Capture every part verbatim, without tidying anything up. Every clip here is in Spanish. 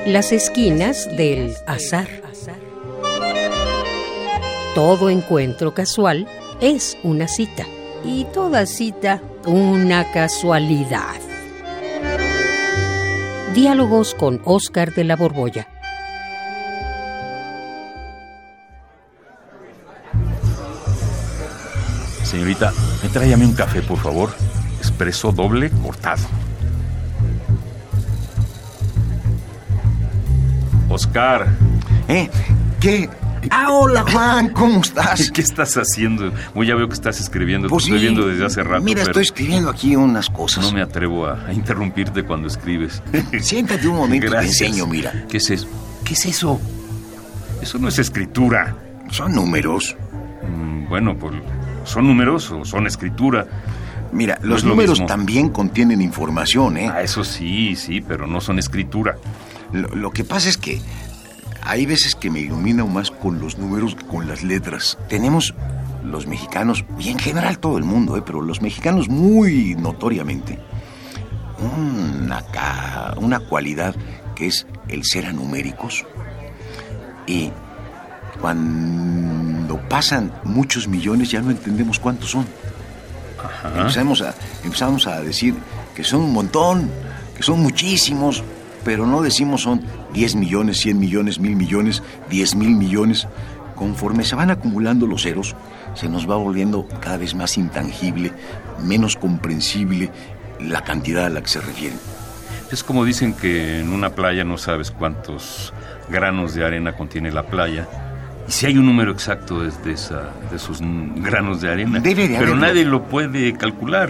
Las esquinas del azar. Todo encuentro casual es una cita, y toda cita una casualidad. Diálogos con Óscar de la Borbolla. Señorita, me tráigame un café, por favor. Expreso doble cortado. Óscar. ¿Eh? ¿Qué? Ah, hola, Juan, ¿cómo estás? ¿Qué estás haciendo? Bueno, ya veo que estás escribiendo. Pues Te estoy sí, viendo desde hace rato. Mira, pero estoy escribiendo aquí unas cosas. no me atrevo a, a interrumpirte cuando escribes. Siéntate un momento y te Gracias. enseño, mira. ¿Qué es eso? ¿Qué es eso? Eso no es escritura. Son números. Mm, bueno, pues, ¿son números o son escritura? Mira, No los es lo números mismo. también contienen información, ¿eh? Ah, eso sí, sí, pero no son escritura. Lo, lo que pasa es que hay veces que me ilumino más con los números que con las letras. Tenemos los mexicanos, y en general todo el mundo, ¿eh? Pero los mexicanos muy notoriamente, una, ca- una cualidad que es el ser anuméricos. Y cuando pasan muchos millones ya no entendemos cuántos son. Ajá. Empezamos a, empezamos a decir que son un montón, que son muchísimos, pero no decimos son diez millones, cien millones, mil millones, diez mil millones. Conforme se van acumulando los ceros, se nos va volviendo cada vez más intangible, menos comprensible la cantidad a la que se refieren. Es como dicen que en una playa no sabes cuántos granos de arena contiene la playa. Y si hay un número exacto de, de, esa, de esos mm, granos de arena. Debe de pero haberlo. nadie lo puede calcular.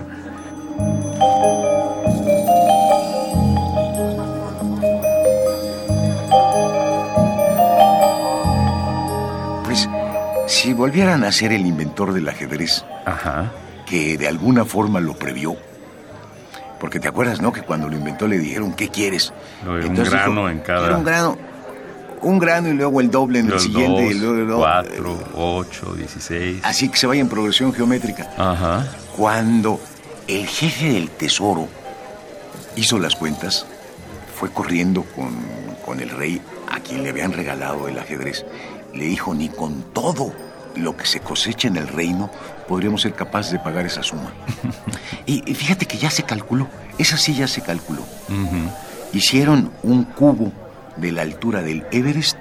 Pues, si volvieran a ser el inventor del ajedrez, Ajá. que de alguna forma lo previó, porque te acuerdas, ¿no? Que cuando lo inventó le dijeron, ¿qué quieres? Lo de un Entonces grano dijo, en cada- "Quiero un grano, un grano y luego el doble en el Los siguiente. dos, y luego, luego, cuatro, ocho, dieciséis. Así que se vaya en progresión geométrica. Ajá. Cuando el jefe del tesoro hizo las cuentas, fue corriendo con, con el rey a quien le habían regalado el ajedrez. Le dijo, ni con todo lo que se cosecha en el reino podríamos ser capaces de pagar esa suma. y, y fíjate que ya se calculó, esa sí ya se calculó. Ujú. Hicieron un cubo de la altura del Everest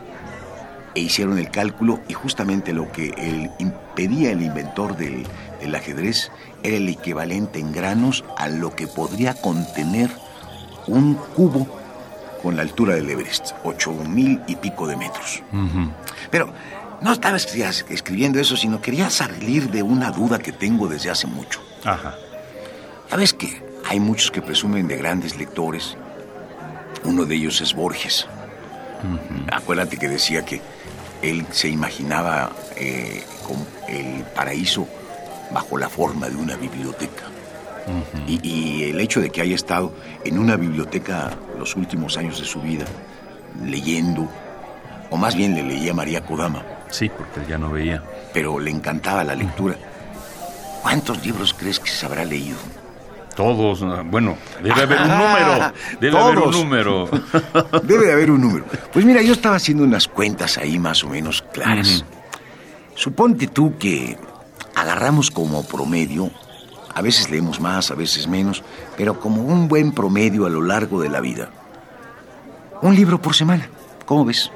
e hicieron el cálculo, y justamente lo que el, impedía el inventor del, del ajedrez era el equivalente en granos a lo que podría contener un cubo con la altura del Everest, ocho mil y pico de metros. Ujú. Pero no estaba escri- escribiendo eso, sino quería salir de una duda que tengo desde hace mucho. Ajá. Ya ves que hay muchos que presumen de grandes lectores. Uno de ellos es Borges. Acuérdate que decía que él se imaginaba eh, con el paraíso bajo la forma de una biblioteca. y, y el hecho de que haya estado en una biblioteca los últimos años de su vida, leyendo, o más bien le leía a María Kodama, Sí, porque él ya no veía. pero le encantaba la lectura. ¿Cuántos libros crees que se habrá leído? Todos, ah, bueno, debe haber un número. Debe haber un Todos. número. Debe de haber un número. Pues mira, yo estaba haciendo unas cuentas ahí más o menos claras. Ujú. Suponte tú que agarramos como promedio, a veces leemos más, a veces menos, pero como un buen promedio a lo largo de la vida, un libro por semana. ¿Cómo ves?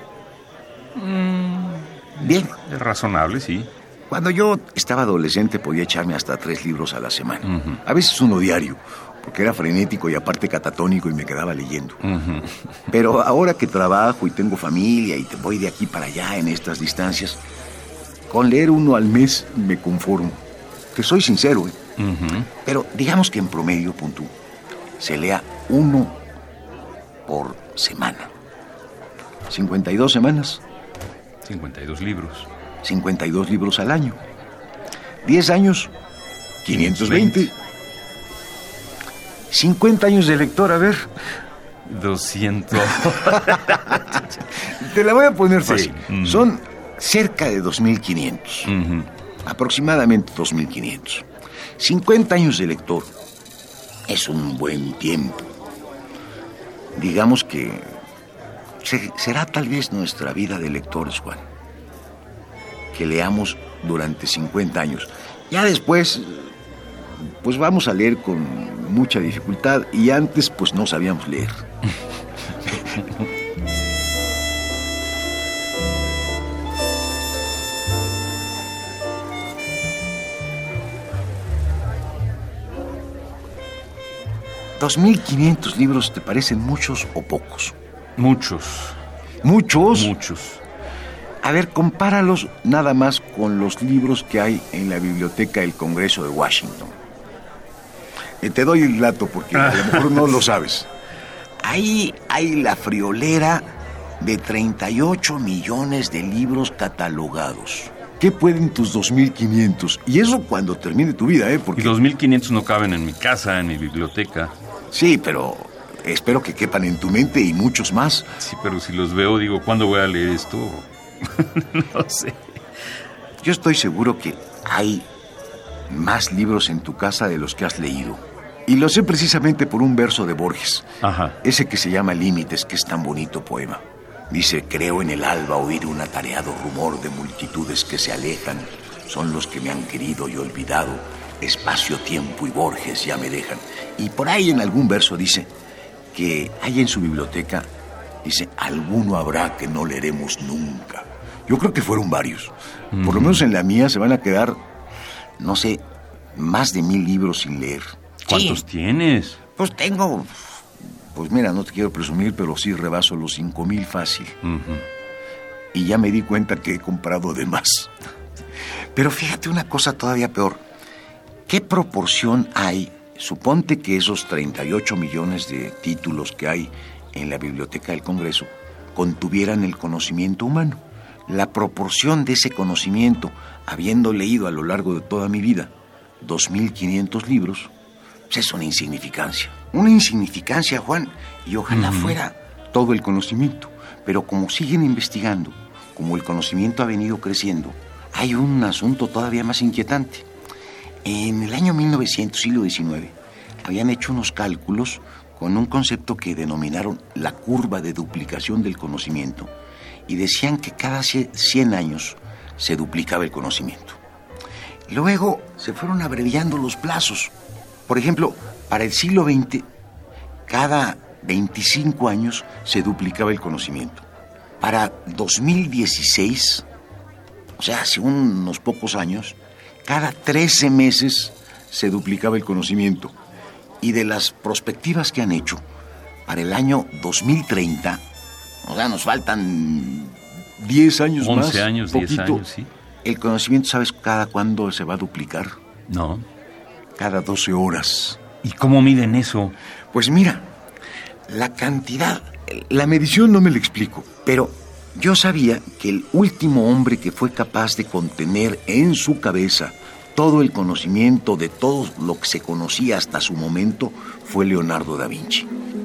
Bien. Es razonable, sí. Cuando yo estaba adolescente podía echarme hasta tres libros a la semana. Ujú. A veces uno diario, porque era frenético y aparte catatónico y me quedaba leyendo. Ujú. Pero ahora que trabajo y tengo familia y te voy de aquí para allá en estas distancias, con leer uno al mes me conformo. Te soy sincero, ¿eh? Ujú. Pero digamos que en promedio, punto, se lea uno por semana. cincuenta y dos semanas, cincuenta y dos libros. cincuenta y dos libros al año. diez años, quinientos veinte. cincuenta años de lector, a ver. doscientos. Te la voy a poner Sí. fácil. Mm. Son cerca de dos mil quinientos. Ujú. Aproximadamente dos mil quinientos. cincuenta años de lector es un buen tiempo. Digamos que se, será tal vez nuestra vida de lectores, Juan. Que leamos durante cincuenta años. Ya después, pues vamos a leer con mucha dificultad y antes, pues no sabíamos leer. ¿Dos mil quinientos libros te parecen muchos o pocos? Muchos. ¿Muchos? Muchos. A ver, compáralos nada más con los libros que hay en la Biblioteca del Congreso de Washington. Eh, te doy el dato porque a lo mejor no lo sabes. Ahí hay la friolera de treinta y ocho millones de libros catalogados. ¿Qué pueden tus dos mil quinientos? Y eso cuando termine tu vida, ¿eh? Porque... Y dos mil quinientos no caben en mi casa, en mi biblioteca. Sí, pero espero que quepan en tu mente y muchos más. Sí, pero si los veo, digo, ¿cuándo voy a leer esto? No sé. Yo estoy seguro que hay más libros en tu casa de los que has leído. Y lo sé precisamente por un verso de Borges. Ajá. Ese que se llama Límites, que es tan bonito poema. Dice, creo en el alba oír un atareado rumor de multitudes que se alejan. Son los que me han querido y olvidado. Espacio, tiempo y Borges ya me dejan. Y por ahí en algún verso dice que hay en su biblioteca, dice, alguno habrá que no leeremos nunca. Yo creo que fueron varios. Mm. Por lo menos en la mía se van a quedar, no sé, más de mil libros sin leer. ¿Cuántos sí. tienes? Pues tengo... Pues mira, no te quiero presumir, pero sí rebaso los cinco mil fácil. Uh-huh. Y ya me di cuenta que he comprado de más. Pero fíjate una cosa todavía peor. ¿Qué proporción hay? Suponte que esos treinta y ocho millones de títulos que hay en la Biblioteca del Congreso contuvieran el conocimiento humano. La proporción de ese conocimiento, habiendo leído a lo largo de toda mi vida dos mil quinientos libros, pues es una insignificancia. Una insignificancia, Juan, y ojalá uh-huh. fuera todo el conocimiento. Pero como siguen investigando, como el conocimiento ha venido creciendo, hay un asunto todavía más inquietante. En el año mil novecientos, siglo diecinueve, habían hecho unos cálculos con un concepto que denominaron la curva de duplicación del conocimiento y decían que cada cien años se duplicaba el conocimiento. Luego se fueron abreviando los plazos. Por ejemplo, para el siglo veinte, cada veinticinco años se duplicaba el conocimiento. Para dos mil dieciséis, o sea, hace unos pocos años, cada trece meses se duplicaba el conocimiento. Y de las perspectivas que han hecho, para el año dos mil treinta, o sea, nos faltan diez años más. once años, diez años, sí. ¿El conocimiento sabes cada cuándo se va a duplicar? No. Cada doce horas. ¿Y cómo miden eso? Pues mira, la cantidad, la medición no me la explico, pero yo sabía que el último hombre que fue capaz de contener en su cabeza todo el conocimiento de todo lo que se conocía hasta su momento fue Leonardo da Vinci.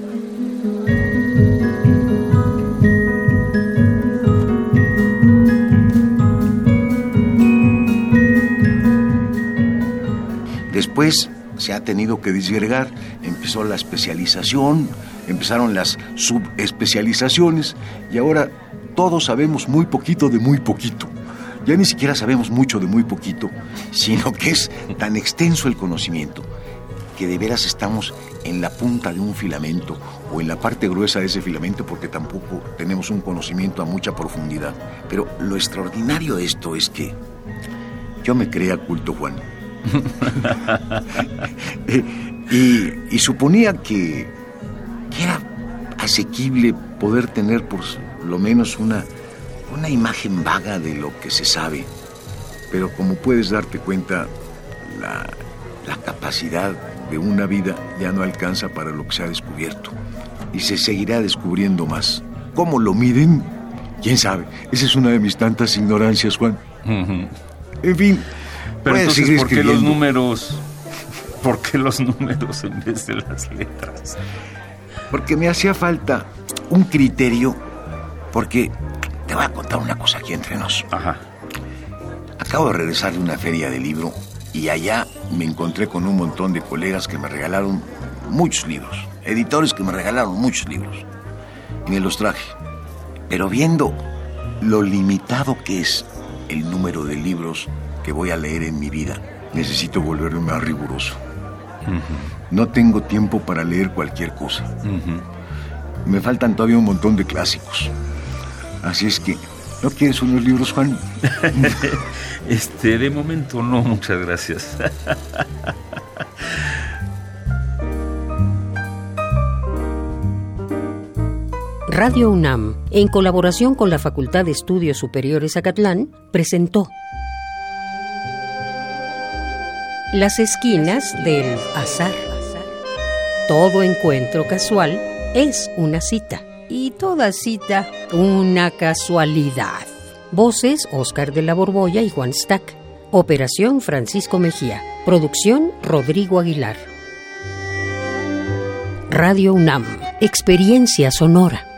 Después se ha tenido que disgregar, empezó la especialización, empezaron las subespecializaciones y ahora todos sabemos muy poquito de muy poquito. Ya ni siquiera sabemos mucho de muy poquito, sino que es tan extenso el conocimiento que de veras estamos en la punta de un filamento o en la parte gruesa de ese filamento porque tampoco tenemos un conocimiento a mucha profundidad. Pero lo extraordinario de esto es que yo me creía culto, Juan. y, y suponía que, que era asequible poder tener por lo menos una, una imagen vaga de lo que se sabe. Pero como puedes darte cuenta, la, la capacidad de una vida ya no alcanza para lo que se ha descubierto. Y se seguirá descubriendo más. ¿Cómo lo miden? ¿Quién sabe? Esa es una de mis tantas ignorancias, Juan. Uh-huh. En fin... Pero entonces, ¿por qué los números? ¿Por qué los números en vez de las letras? Porque me hacía falta un criterio, porque te voy a contar una cosa aquí entre nos. Ajá. Acabo de regresar de una feria de libro y allá me encontré con un montón de colegas que me regalaron muchos libros, editores que me regalaron muchos libros. Y me los traje. Pero viendo lo limitado que es el número de libros que voy a leer en mi vida, necesito volverme más riguroso. Uh-huh. No tengo tiempo para leer cualquier cosa. Uh-huh. Me faltan todavía un montón de clásicos. Así es que, ¿no quieres unos libros, Juan? este, de momento no, muchas gracias. Radio UNAM, en colaboración con la Facultad de Estudios Superiores Acatlán, presentó Las esquinas del azar. Todo encuentro casual es una cita, y toda cita una casualidad. Voces: Óscar de la Borbolla y Juan Stack. Operación: Francisco Mejía. Producción: Rodrigo Aguilar. Radio UNAM, experiencia sonora.